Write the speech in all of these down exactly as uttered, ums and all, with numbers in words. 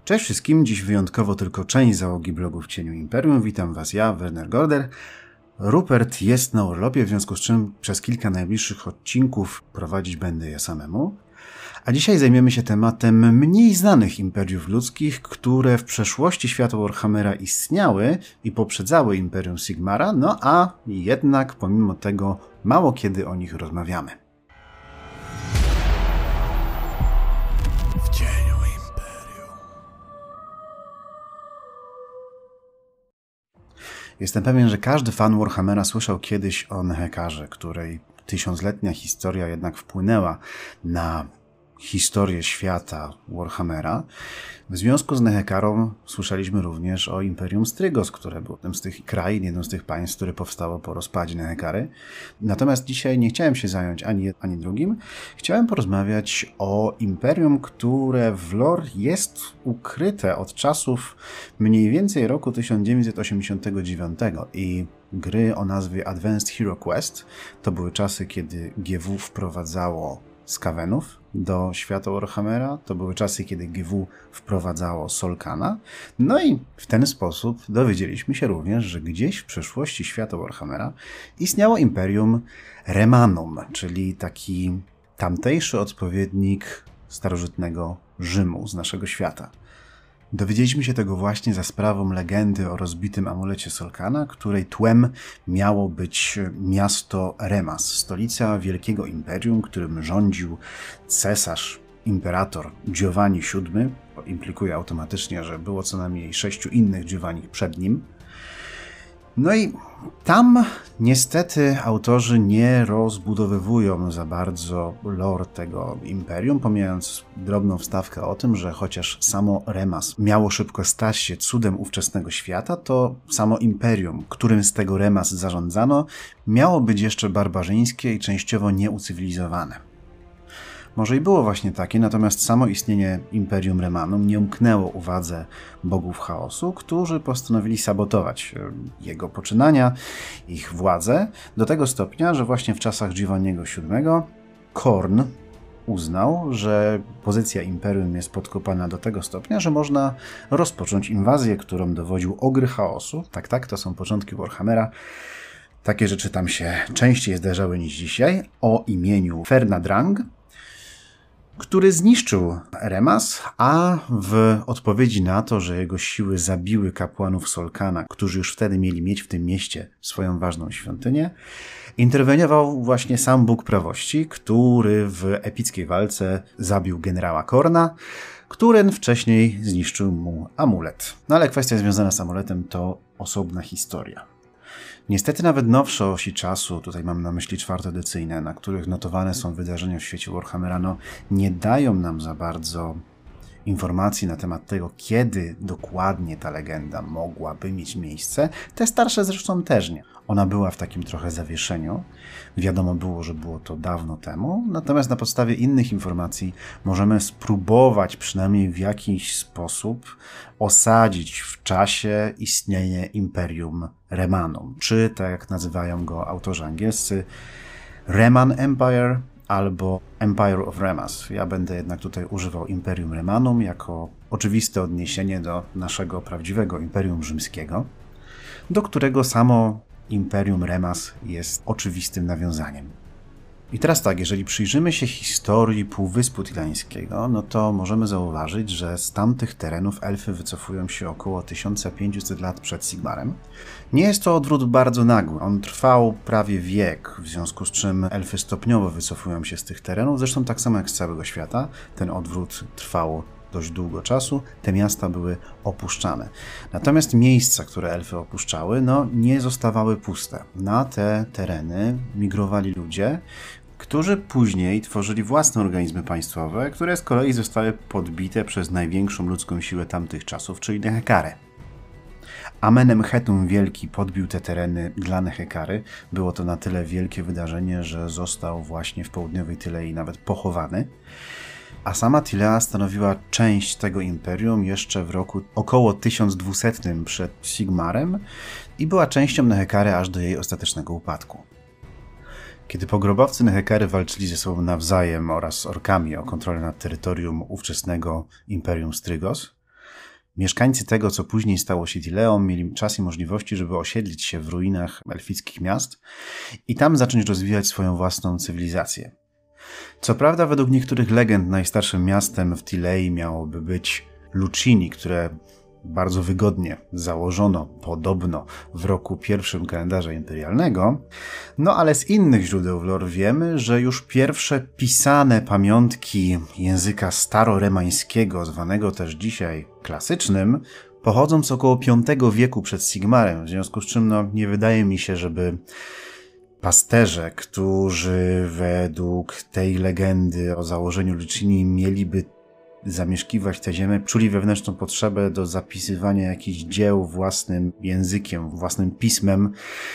Cześć wszystkim, dziś wyjątkowo tylko część załogi blogu W Cieniu Imperium. Witam Was ja, Werner Gorder. Rupert jest na urlopie, w związku z czym przez kilka najbliższych odcinków prowadzić będę ja samemu. A dzisiaj zajmiemy się tematem mniej znanych imperiów ludzkich, które w przeszłości świata Warhammera istniały i poprzedzały Imperium Sigmara, no a jednak pomimo tego mało kiedy o nich rozmawiamy. W cieniu Imperium. Jestem pewien, że każdy fan Warhammera słyszał kiedyś o Nehekarze, której tysiącletnia historia jednak wpłynęła na historię świata Warhammera. W związku z Nehekarą słyszeliśmy również o Imperium Strygos, które było jednym z tych krain, jednym z tych państw, które powstało po rozpadzie Nehekary. Natomiast dzisiaj nie chciałem się zająć ani jednym, ani drugim. Chciałem porozmawiać o imperium, które w lore jest ukryte od czasów mniej więcej roku tysiąc dziewięćset osiemdziesiątego dziewiątego i gry o nazwie Advanced Hero Quest. To były czasy, kiedy G W wprowadzało Skavenów do świata Warhammera. To były czasy, kiedy G W wprowadzało Solkana. No i w ten sposób dowiedzieliśmy się również, że gdzieś w przeszłości świata Warhammera istniało Imperium Remanum, czyli taki tamtejszy odpowiednik starożytnego Rzymu z naszego świata. Dowiedzieliśmy się tego właśnie za sprawą legendy o rozbitym amulecie Solkana, której tłem miało być miasto Remas, stolica wielkiego imperium, którym rządził cesarz, imperator Giovanni siódmy. To implikuje automatycznie, że było co najmniej sześciu innych Giovanni przed nim. No i tam niestety autorzy nie rozbudowywują za bardzo lore tego imperium, pomijając drobną wstawkę o tym, że chociaż samo Remas miało szybko stać się cudem ówczesnego świata, to samo imperium, którym z tego Remas zarządzano, miało być jeszcze barbarzyńskie i częściowo nieucywilizowane. Może i było właśnie takie, natomiast samo istnienie Imperium Remanum nie umknęło uwadze bogów chaosu, którzy postanowili sabotować jego poczynania, ich władzę, do tego stopnia, że właśnie w czasach Giovanniego siódmego Khorne uznał, że pozycja Imperium jest podkopana do tego stopnia, że można rozpocząć inwazję, którą dowodził Ogr Chaosu. Tak, tak, to są początki Warhammera. Takie rzeczy tam się częściej zdarzały niż dzisiaj. O imieniu Fernadrang, który zniszczył Remas, a w odpowiedzi na to, że jego siły zabiły kapłanów Solkana, którzy już wtedy mieli mieć w tym mieście swoją ważną świątynię, interweniował właśnie sam Bóg Prawości, który w epickiej walce zabił generała Khorna, który wcześniej zniszczył mu amulet. No ale kwestia związana z amuletem to osobna historia. Niestety nawet nowsze osi czasu, tutaj mam na myśli czwartoedycyjne, na których notowane są wydarzenia w świecie Warhammera, no, nie dają nam za bardzo informacji na temat tego, kiedy dokładnie ta legenda mogłaby mieć miejsce. Te starsze zresztą też nie. Ona była w takim trochę zawieszeniu. Wiadomo było, że było to dawno temu, natomiast na podstawie innych informacji możemy spróbować przynajmniej w jakiś sposób osadzić w czasie istnienie Imperium Remanum, czy tak jak nazywają go autorzy angielscy, Reman Empire albo Empire of Remas. Ja będę jednak tutaj używał Imperium Remanum jako oczywiste odniesienie do naszego prawdziwego Imperium Rzymskiego, do którego samo Imperium Remas jest oczywistym nawiązaniem. I teraz tak, jeżeli przyjrzymy się historii Półwyspu Tilańskiego, no to możemy zauważyć, że z tamtych terenów elfy wycofują się około tysiąc pięćset lat przed Sigmarem. Nie jest to odwrót bardzo nagły, on trwał prawie wiek, w związku z czym elfy stopniowo wycofują się z tych terenów, zresztą tak samo jak z całego świata. Ten odwrót trwał dość długo czasu, te miasta były opuszczane. Natomiast miejsca, które elfy opuszczały, no nie zostawały puste. Na te tereny migrowali ludzie, którzy później tworzyli własne organizmy państwowe, które z kolei zostały podbite przez największą ludzką siłę tamtych czasów, czyli Nehekarę. Amenemhetum Wielki podbił te tereny dla Nehekary. Było to na tyle wielkie wydarzenie, że został właśnie w południowej Tylei nawet pochowany. A sama Tilea stanowiła część tego imperium jeszcze w roku około tysiąc dwieście przed Sigmarem i była częścią Nehekary aż do jej ostatecznego upadku. Kiedy pogrobowcy Nehekary walczyli ze sobą nawzajem oraz orkami o kontrolę nad terytorium ówczesnego Imperium Strygos, Mieszkańcy tego, co później stało się Tileą, mieli czas i możliwości, żeby osiedlić się w ruinach elfickich miast i tam zacząć rozwijać swoją własną cywilizację. Co prawda, według niektórych legend najstarszym miastem w Tilei miałoby być Lucini, które bardzo wygodnie założono podobno w roku pierwszym kalendarza imperialnego, no ale z innych źródeł w lore wiemy, że już pierwsze pisane pamiątki języka staroremańskiego, zwanego też dzisiaj klasycznym, pochodzą z około piątego wieku przed Sigmarem, w związku z czym no, nie wydaje mi się, żeby pasterze, którzy według tej legendy o założeniu Lucini mieliby zamieszkiwać tę ziemię, czuli wewnętrzną potrzebę do zapisywania jakichś dzieł własnym językiem, własnym pismem,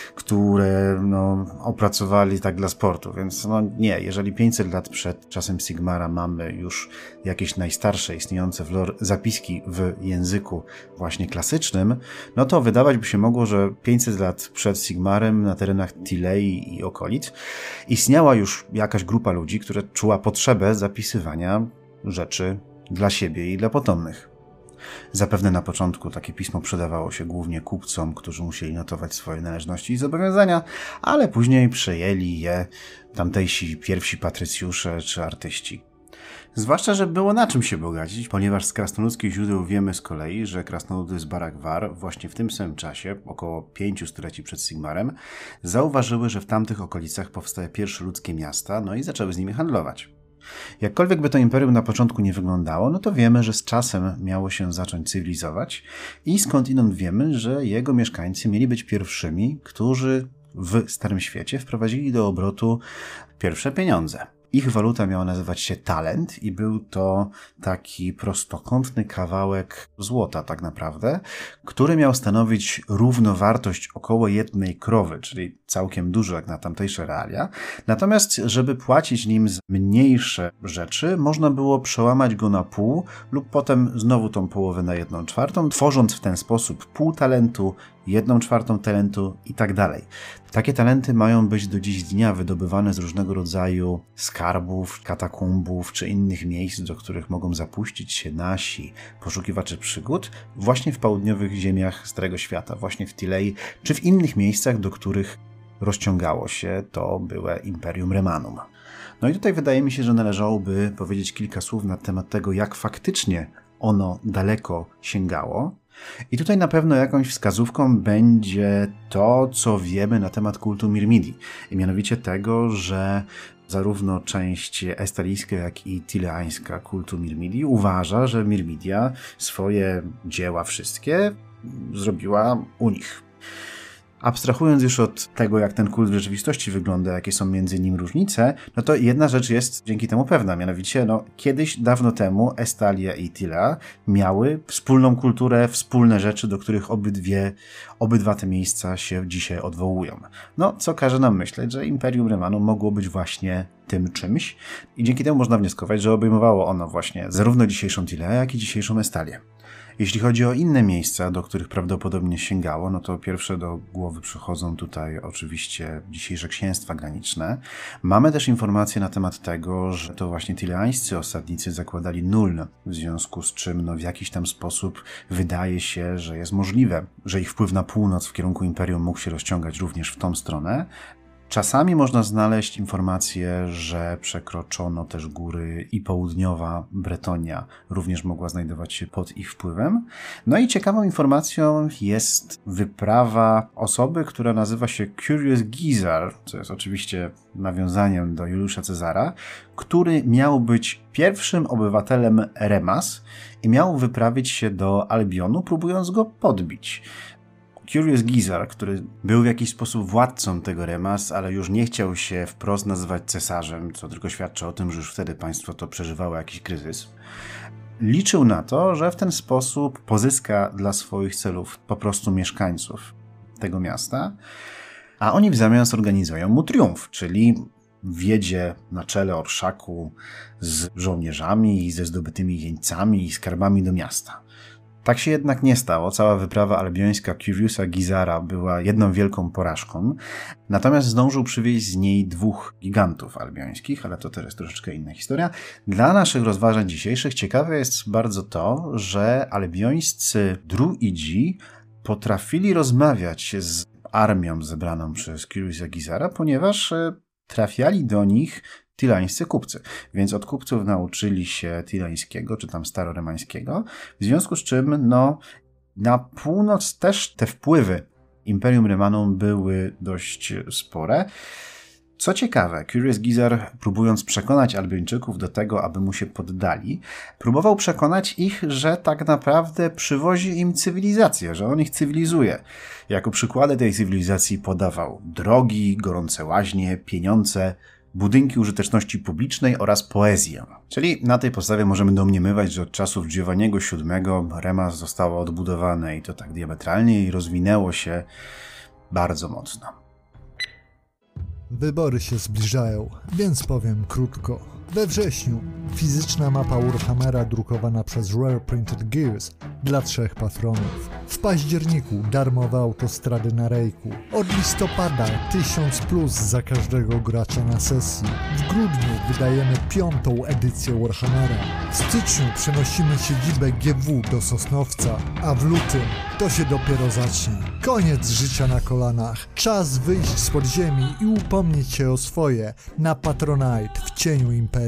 które no, opracowali tak dla sportu. Więc no nie, jeżeli pięćset lat przed czasem Sigmara mamy już jakieś najstarsze istniejące w lore zapiski w języku właśnie klasycznym, no to wydawać by się mogło, że pięćset lat przed Sigmarem na terenach Tilei i okolic istniała już jakaś grupa ludzi, która czuła potrzebę zapisywania rzeczy dla siebie i dla potomnych. Zapewne na początku takie pismo przydawało się głównie kupcom, którzy musieli notować swoje należności i zobowiązania, ale później przejęli je tamtejsi pierwsi patrycjusze czy artyści. Zwłaszcza, że było na czym się bogacić, ponieważ z krasnoludzkich źródeł wiemy z kolei, że krasnoludy z Barak-Var właśnie w tym samym czasie, około pięciu stuleci przed Sigmarem, zauważyły, że w tamtych okolicach powstały pierwsze ludzkie miasta, no i zaczęły z nimi handlować. Jakkolwiek by to imperium na początku nie wyglądało, no to wiemy, że z czasem miało się zacząć cywilizować i skądinąd wiemy, że jego mieszkańcy mieli być pierwszymi, którzy w Starym Świecie wprowadzili do obrotu pierwsze pieniądze. Ich waluta miała nazywać się talent i był to taki prostokątny kawałek złota tak naprawdę, który miał stanowić równowartość około jednej krowy, czyli całkiem dużo jak na tamtejsze realia. Natomiast, żeby płacić nim za mniejsze rzeczy, można było przełamać go na pół lub potem znowu tą połowę na jedną czwartą, tworząc w ten sposób pół talentu, jedną czwartą talentu i tak dalej. Takie talenty mają być do dziś dnia wydobywane z różnego rodzaju skarbów, katakumbów czy innych miejsc, do których mogą zapuścić się nasi poszukiwacze przygód właśnie w południowych ziemiach Starego Świata, właśnie w Tilei czy w innych miejscach, do których rozciągało się to byłe Imperium Remanum. No i tutaj wydaje mi się, że należałoby powiedzieć kilka słów na temat tego, jak faktycznie ono daleko sięgało. I tutaj na pewno jakąś wskazówką będzie to, co wiemy na temat kultu Mirmidii. I mianowicie tego, że zarówno część estalijska, jak i tileańska kultu Mirmidii uważa, że Mirmidia swoje dzieła wszystkie zrobiła u nich. Abstrahując już od tego, jak ten kult w rzeczywistości wygląda, jakie są między nim różnice, no to jedna rzecz jest dzięki temu pewna, mianowicie no, kiedyś, dawno temu Estalia i Tilea miały wspólną kulturę, wspólne rzeczy, do których obydwie, obydwa te miejsca się dzisiaj odwołują. No, co każe nam myśleć, że Imperium Remanum mogło być właśnie tym czymś i dzięki temu można wnioskować, że obejmowało ono właśnie zarówno dzisiejszą Tileę, jak i dzisiejszą Estalię. Jeśli chodzi o inne miejsca, do których prawdopodobnie sięgało, no to pierwsze do głowy przychodzą tutaj oczywiście dzisiejsze księstwa graniczne. Mamy też informacje na temat tego, że to właśnie tileańscy osadnicy zakładali Nuln, w związku z czym no, w jakiś tam sposób wydaje się, że jest możliwe, że ich wpływ na północ w kierunku imperium mógł się rozciągać również w tą stronę. Czasami można znaleźć informację, że przekroczono też góry i południowa Bretonia również mogła znajdować się pod ich wpływem. No i ciekawą informacją jest wyprawa osoby, która nazywa się Curious Geezer, co jest oczywiście nawiązaniem do Juliusza Cezara, który miał być pierwszym obywatelem Remas i miał wyprawić się do Albionu, próbując go podbić. Curious Geezer, który był w jakiś sposób władcą tego Remas, ale już nie chciał się wprost nazywać cesarzem, co tylko świadczy o tym, że już wtedy państwo to przeżywało jakiś kryzys, liczył na to, że w ten sposób pozyska dla swoich celów po prostu mieszkańców tego miasta, a oni w zamian zorganizują mu triumf, czyli wjedzie na czele orszaku z żołnierzami i ze zdobytymi jeńcami i skarbami do miasta. Tak się jednak nie stało. Cała wyprawa albiońska Curiousa Gizara była jedną wielką porażką. Natomiast zdążył przywieźć z niej dwóch gigantów albiońskich, ale to też jest troszeczkę inna historia. Dla naszych rozważań dzisiejszych ciekawe jest bardzo to, że albiońscy druidzi potrafili rozmawiać z armią zebraną przez Curiousa Gizara, ponieważ trafiali do nich tilańscy kupcy, więc od kupców nauczyli się tilańskiego, czy tam staroremańskiego, w związku z czym no, na północ też te wpływy Imperium Remanum były dość spore. Co ciekawe, Curious Gizar, próbując przekonać Albiończyków do tego, aby mu się poddali, próbował przekonać ich, że tak naprawdę przywozi im cywilizację, że on ich cywilizuje. Jako przykłady tej cywilizacji podawał drogi, gorące łaźnie, pieniądze, budynki użyteczności publicznej oraz poezję. Czyli na tej podstawie możemy domniemywać, że od czasów Giovanniego siódmego Remas zostało odbudowane i to tak diametralnie i rozwinęło się bardzo mocno. Wybory się zbliżają, więc powiem krótko. We wrześniu fizyczna mapa Warhammera drukowana przez Rare Printed Gears dla trzech patronów. W październiku darmowe autostrady na Rejku. Od listopada tysiąc plus za każdego gracza na sesji. W grudniu wydajemy piątą edycję Warhammera. W styczniu przenosimy siedzibę G W do Sosnowca, a w lutym to się dopiero zacznie. Koniec życia na kolanach. Czas wyjść z podziemi i upomnieć się o swoje na Patronite w cieniu Imperium.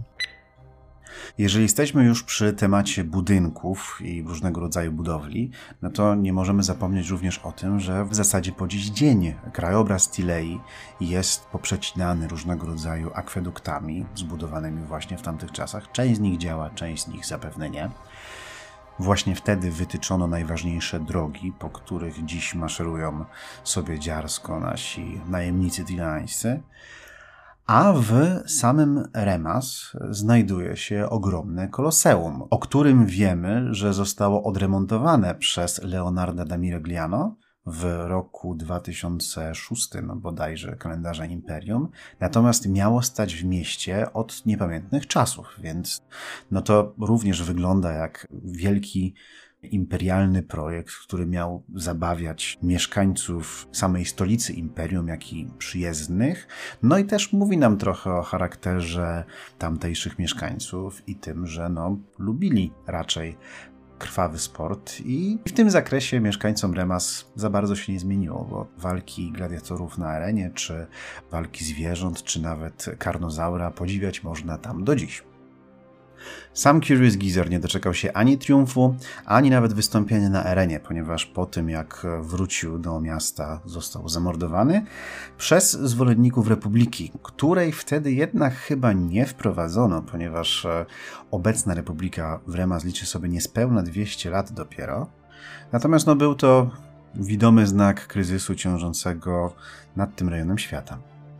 Jeżeli jesteśmy już przy temacie budynków i różnego rodzaju budowli, no to nie możemy zapomnieć również o tym, że w zasadzie po dziś dzień krajobraz Tilei jest poprzecinany różnego rodzaju akweduktami zbudowanymi właśnie w tamtych czasach. Część z nich działa, część z nich zapewne nie. Właśnie wtedy wytyczono najważniejsze drogi, po których dziś maszerują sobie dziarsko nasi najemnicy tilańscy. A w samym Remas znajduje się ogromne koloseum, o którym wiemy, że zostało odremontowane przez Leonarda da Miragliano w roku dwa tysiące szóstym bodajże kalendarza Imperium, natomiast miało stać w mieście od niepamiętnych czasów, więc no to również wygląda jak wielki imperialny projekt, który miał zabawiać mieszkańców samej stolicy imperium, jak i przyjezdnych. No i też mówi nam trochę o charakterze tamtejszych mieszkańców i tym, że no, lubili raczej krwawy sport i w tym zakresie mieszkańcom Remas za bardzo się nie zmieniło, bo walki gladiatorów na arenie, czy walki zwierząt, czy nawet karnozaura podziwiać można tam do dziś. Sam Curious Gizar nie doczekał się ani triumfu, ani nawet wystąpienia na arenie, ponieważ po tym jak wrócił do miasta został zamordowany przez zwolenników Republiki, której wtedy jednak chyba nie wprowadzono, ponieważ obecna Republika w Remas liczy sobie niespełna dwieście lat dopiero. Natomiast no, był to widomy znak kryzysu ciążącego nad tym rejonem świata.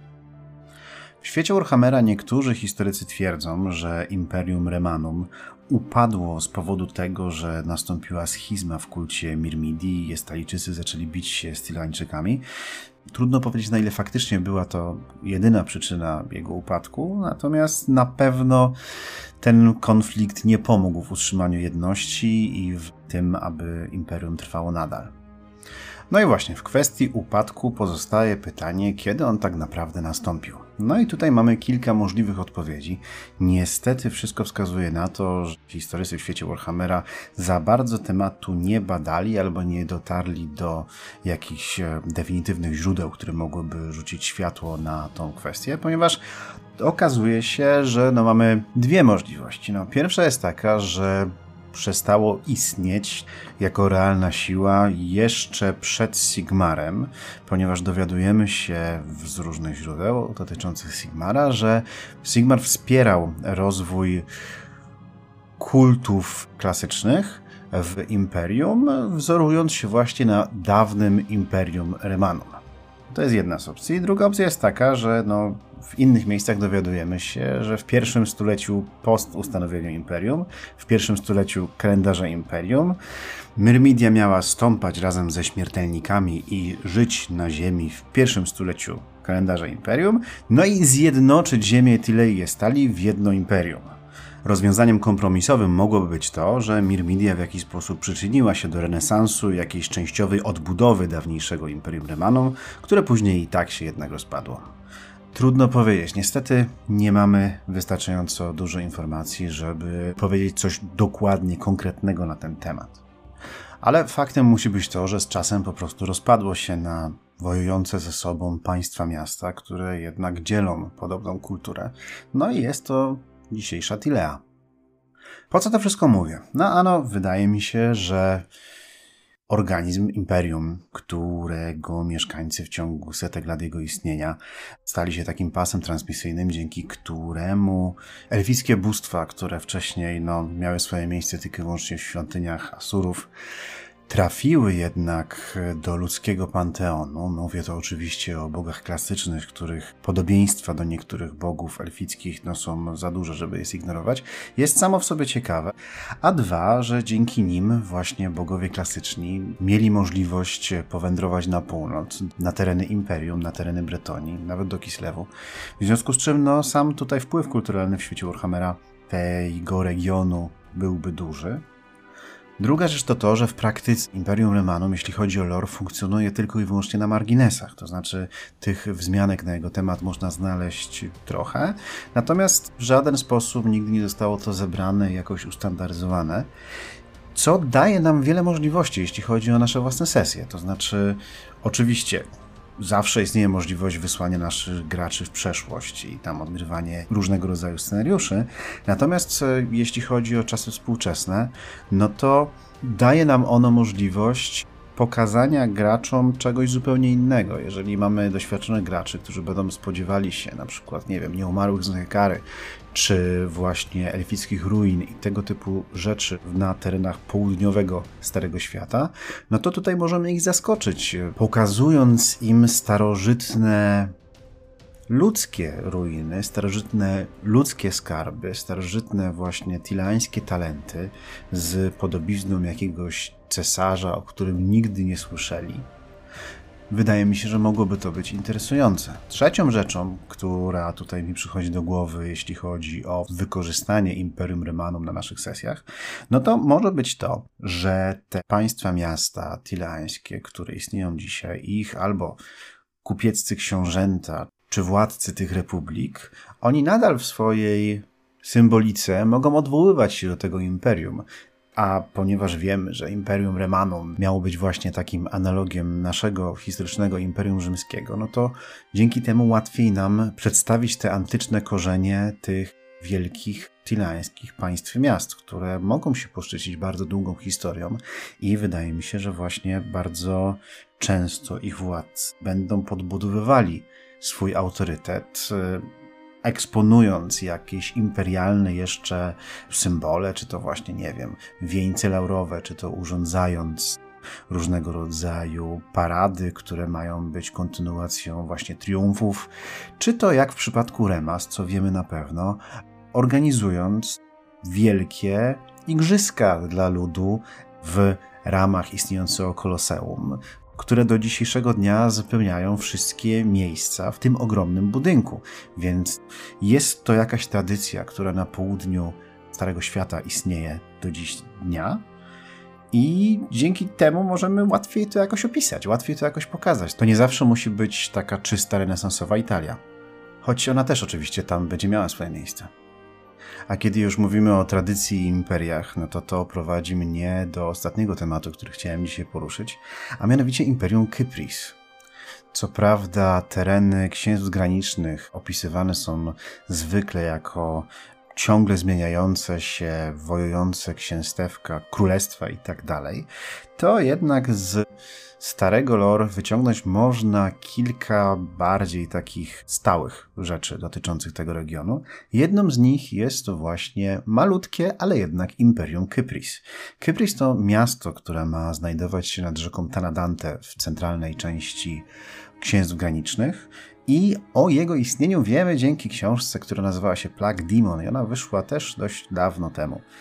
W świecie Warhammera niektórzy historycy twierdzą, że Imperium Remanum upadło z powodu tego, że nastąpiła schizma w kulcie Myrmidii i Jestalijczycy zaczęli bić się z Tilańczykami. Trudno powiedzieć, na ile faktycznie była to jedyna przyczyna jego upadku, natomiast na pewno ten konflikt nie pomógł w utrzymaniu jedności i w tym, aby Imperium trwało nadal. No i właśnie, w kwestii upadku pozostaje pytanie, kiedy on tak naprawdę nastąpił. No i tutaj mamy kilka możliwych odpowiedzi. Niestety wszystko wskazuje na to, że historycy w świecie Warhammera za bardzo tematu nie badali albo nie dotarli do jakichś definitywnych źródeł, które mogłyby rzucić światło na tą kwestię, ponieważ okazuje się, że no mamy dwie możliwości. No, pierwsza jest taka, że przestało istnieć jako realna siła jeszcze przed Sigmarem, ponieważ dowiadujemy się z różnych źródeł dotyczących Sigmara, że Sigmar wspierał rozwój kultów klasycznych w Imperium, wzorując się właśnie na dawnym Imperium Remanum. To jest jedna z opcji. Druga opcja jest taka, że no, w innych miejscach dowiadujemy się, że w pierwszym stuleciu post ustanowieniu Imperium, w pierwszym stuleciu kalendarza Imperium, Myrmidia miała stąpać razem ze śmiertelnikami i żyć na ziemi w pierwszym stuleciu kalendarza Imperium, no i zjednoczyć ziemię Tilei i Estali w jedno imperium. Rozwiązaniem kompromisowym mogłoby być to, że Mirmidia w jakiś sposób przyczyniła się do renesansu i jakiejś częściowej odbudowy dawniejszego Imperium Remanum, które później i tak się jednak rozpadło. Trudno powiedzieć. Niestety nie mamy wystarczająco dużo informacji, żeby powiedzieć coś dokładnie konkretnego na ten temat. Ale faktem musi być to, że z czasem po prostu rozpadło się na wojujące ze sobą państwa miasta, które jednak dzielą podobną kulturę. No i jest to dzisiejsza Tilea. Po co to wszystko mówię? No ano, wydaje mi się, że organizm imperium, którego mieszkańcy w ciągu setek lat jego istnienia stali się takim pasem transmisyjnym, dzięki któremu elfickie bóstwa, które wcześniej no, miały swoje miejsce tylko i wyłącznie w świątyniach Asurów, trafiły jednak do ludzkiego panteonu. Mówię to oczywiście o bogach klasycznych, których podobieństwa do niektórych bogów elfickich no, są za duże, żeby je zignorować. Jest samo w sobie ciekawe. A dwa, że dzięki nim właśnie bogowie klasyczni mieli możliwość powędrować na północ, na tereny Imperium, na tereny Bretonii, nawet do Kislewu. W związku z czym no, sam tutaj wpływ kulturalny w świecie Warhammera tego regionu byłby duży. Druga rzecz to to, że w praktyce Imperium Remanum, jeśli chodzi o lore, funkcjonuje tylko i wyłącznie na marginesach. To znaczy tych wzmianek na jego temat można znaleźć trochę, natomiast w żaden sposób nigdy nie zostało to zebrane i jakoś ustandaryzowane, co daje nam wiele możliwości, jeśli chodzi o nasze własne sesje. To znaczy, oczywiście zawsze istnieje możliwość wysłania naszych graczy w przeszłość i tam odgrywanie różnego rodzaju scenariuszy. Natomiast jeśli chodzi o czasy współczesne, no to daje nam ono możliwość pokazania graczom czegoś zupełnie innego. Jeżeli mamy doświadczonych graczy, którzy będą spodziewali się na przykład, nie wiem, nieumarłych z Nhekary, czy właśnie elfickich ruin i tego typu rzeczy na terenach południowego Starego Świata, no to tutaj możemy ich zaskoczyć, pokazując im starożytne ludzkie ruiny, starożytne ludzkie skarby, starożytne właśnie tilańskie talenty z podobizną jakiegoś cesarza, o którym nigdy nie słyszeli. Wydaje mi się, że mogłoby to być interesujące. Trzecią rzeczą, która tutaj mi przychodzi do głowy, jeśli chodzi o wykorzystanie Imperium Remanum na naszych sesjach, no to może być to, że te państwa miasta tilańskie, które istnieją dzisiaj, ich albo kupieccy książęta, czy władcy tych republik, oni nadal w swojej symbolice mogą odwoływać się do tego imperium. A ponieważ wiemy, że Imperium Remanum miało być właśnie takim analogiem naszego historycznego Imperium Rzymskiego, no to dzięki temu łatwiej nam przedstawić te antyczne korzenie tych wielkich tilańskich państw i miast, które mogą się poszczycić bardzo długą historią i wydaje mi się, że właśnie bardzo często ich władcy będą podbudowywali swój autorytet, eksponując jakieś imperialne jeszcze symbole, czy to właśnie, nie wiem, wieńce laurowe, czy to urządzając różnego rodzaju parady, które mają być kontynuacją właśnie triumfów, czy to jak w przypadku Remas, co wiemy na pewno, organizując wielkie igrzyska dla ludu w ramach istniejącego koloseum, które do dzisiejszego dnia zapełniają wszystkie miejsca w tym ogromnym budynku. Więc jest to jakaś tradycja, która na południu Starego Świata istnieje do dziś dnia i dzięki temu możemy łatwiej to jakoś opisać, łatwiej to jakoś pokazać. To nie zawsze musi być taka czysta renesansowa Italia, choć ona też oczywiście tam będzie miała swoje miejsce. A kiedy już mówimy o tradycji i imperiach, no to to prowadzi mnie do ostatniego tematu, który chciałem dzisiaj poruszyć, a mianowicie Imperium Kypris. Co prawda tereny księstw granicznych opisywane są zwykle jako ciągle zmieniające się, wojujące księstewka, królestwa i tak dalej, to jednak z starego lore wyciągnąć można kilka bardziej takich stałych rzeczy dotyczących tego regionu. Jedną z nich jest to właśnie malutkie, ale jednak Imperium Kypris. Kypris to miasto, które ma znajdować się nad rzeką Tanadante w centralnej części księstw granicznych. I o jego istnieniu wiemy dzięki książce, która nazywała się Plague Demon i ona wyszła też dość dawno temu.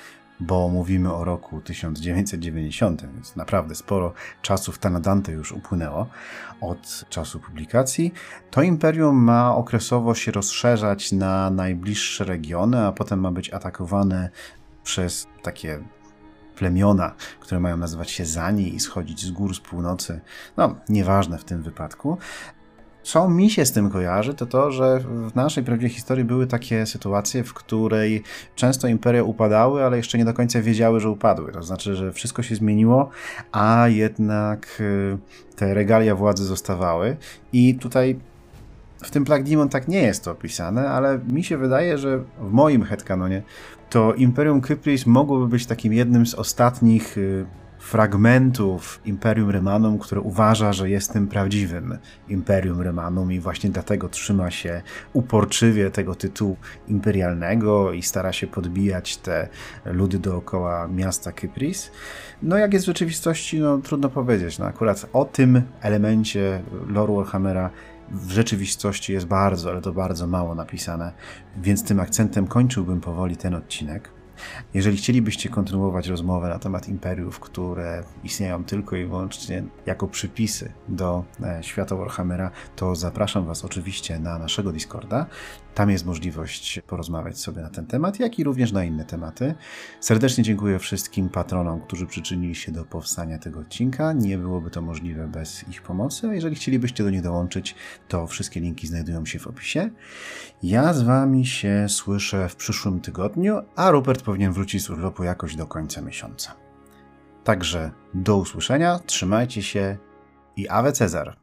bo mówimy o roku tysiąc dziewięćset dziewięćdziesiątym, więc naprawdę sporo czasu w Tanadante już upłynęło od czasu publikacji. To imperium ma okresowo się rozszerzać na najbliższe regiony, a potem ma być atakowane przez takie plemiona, które mają nazywać się Zani i schodzić z gór z północy. No, nieważne w tym wypadku. Co mi się z tym kojarzy, to to, że w naszej prawdziwej historii były takie sytuacje, w której często imperia upadały, ale jeszcze nie do końca wiedziały, że upadły. To znaczy, że wszystko się zmieniło, a jednak te regalia władzy zostawały. I tutaj w tym Plague Demon tak nie jest to opisane, ale mi się wydaje, że w moim headcanonie to Imperium Kypris mogłoby być takim jednym z ostatnich fragmentów Imperium Romanum, które uważa, że jest tym prawdziwym Imperium Romanum i właśnie dlatego trzyma się uporczywie tego tytułu imperialnego i stara się podbijać te ludy dookoła miasta Kypris. No jak jest w rzeczywistości, no trudno powiedzieć. No akurat o tym elemencie lore Warhammera w rzeczywistości jest bardzo, ale to bardzo mało napisane, więc tym akcentem kończyłbym powoli ten odcinek. Jeżeli chcielibyście kontynuować rozmowę na temat imperiów, które istnieją tylko i wyłącznie jako przypisy do świata Warhammera, to zapraszam Was oczywiście na naszego Discorda. Tam jest możliwość porozmawiać sobie na ten temat, jak i również na inne tematy. Serdecznie dziękuję wszystkim patronom, którzy przyczynili się do powstania tego odcinka. Nie byłoby to możliwe bez ich pomocy, a jeżeli chcielibyście do nich dołączyć, to wszystkie linki znajdują się w opisie. Ja z Wami się słyszę w przyszłym tygodniu, a Rupert powinien wrócić z urlopu jakoś do końca miesiąca. Także do usłyszenia, trzymajcie się i Ave Cezar!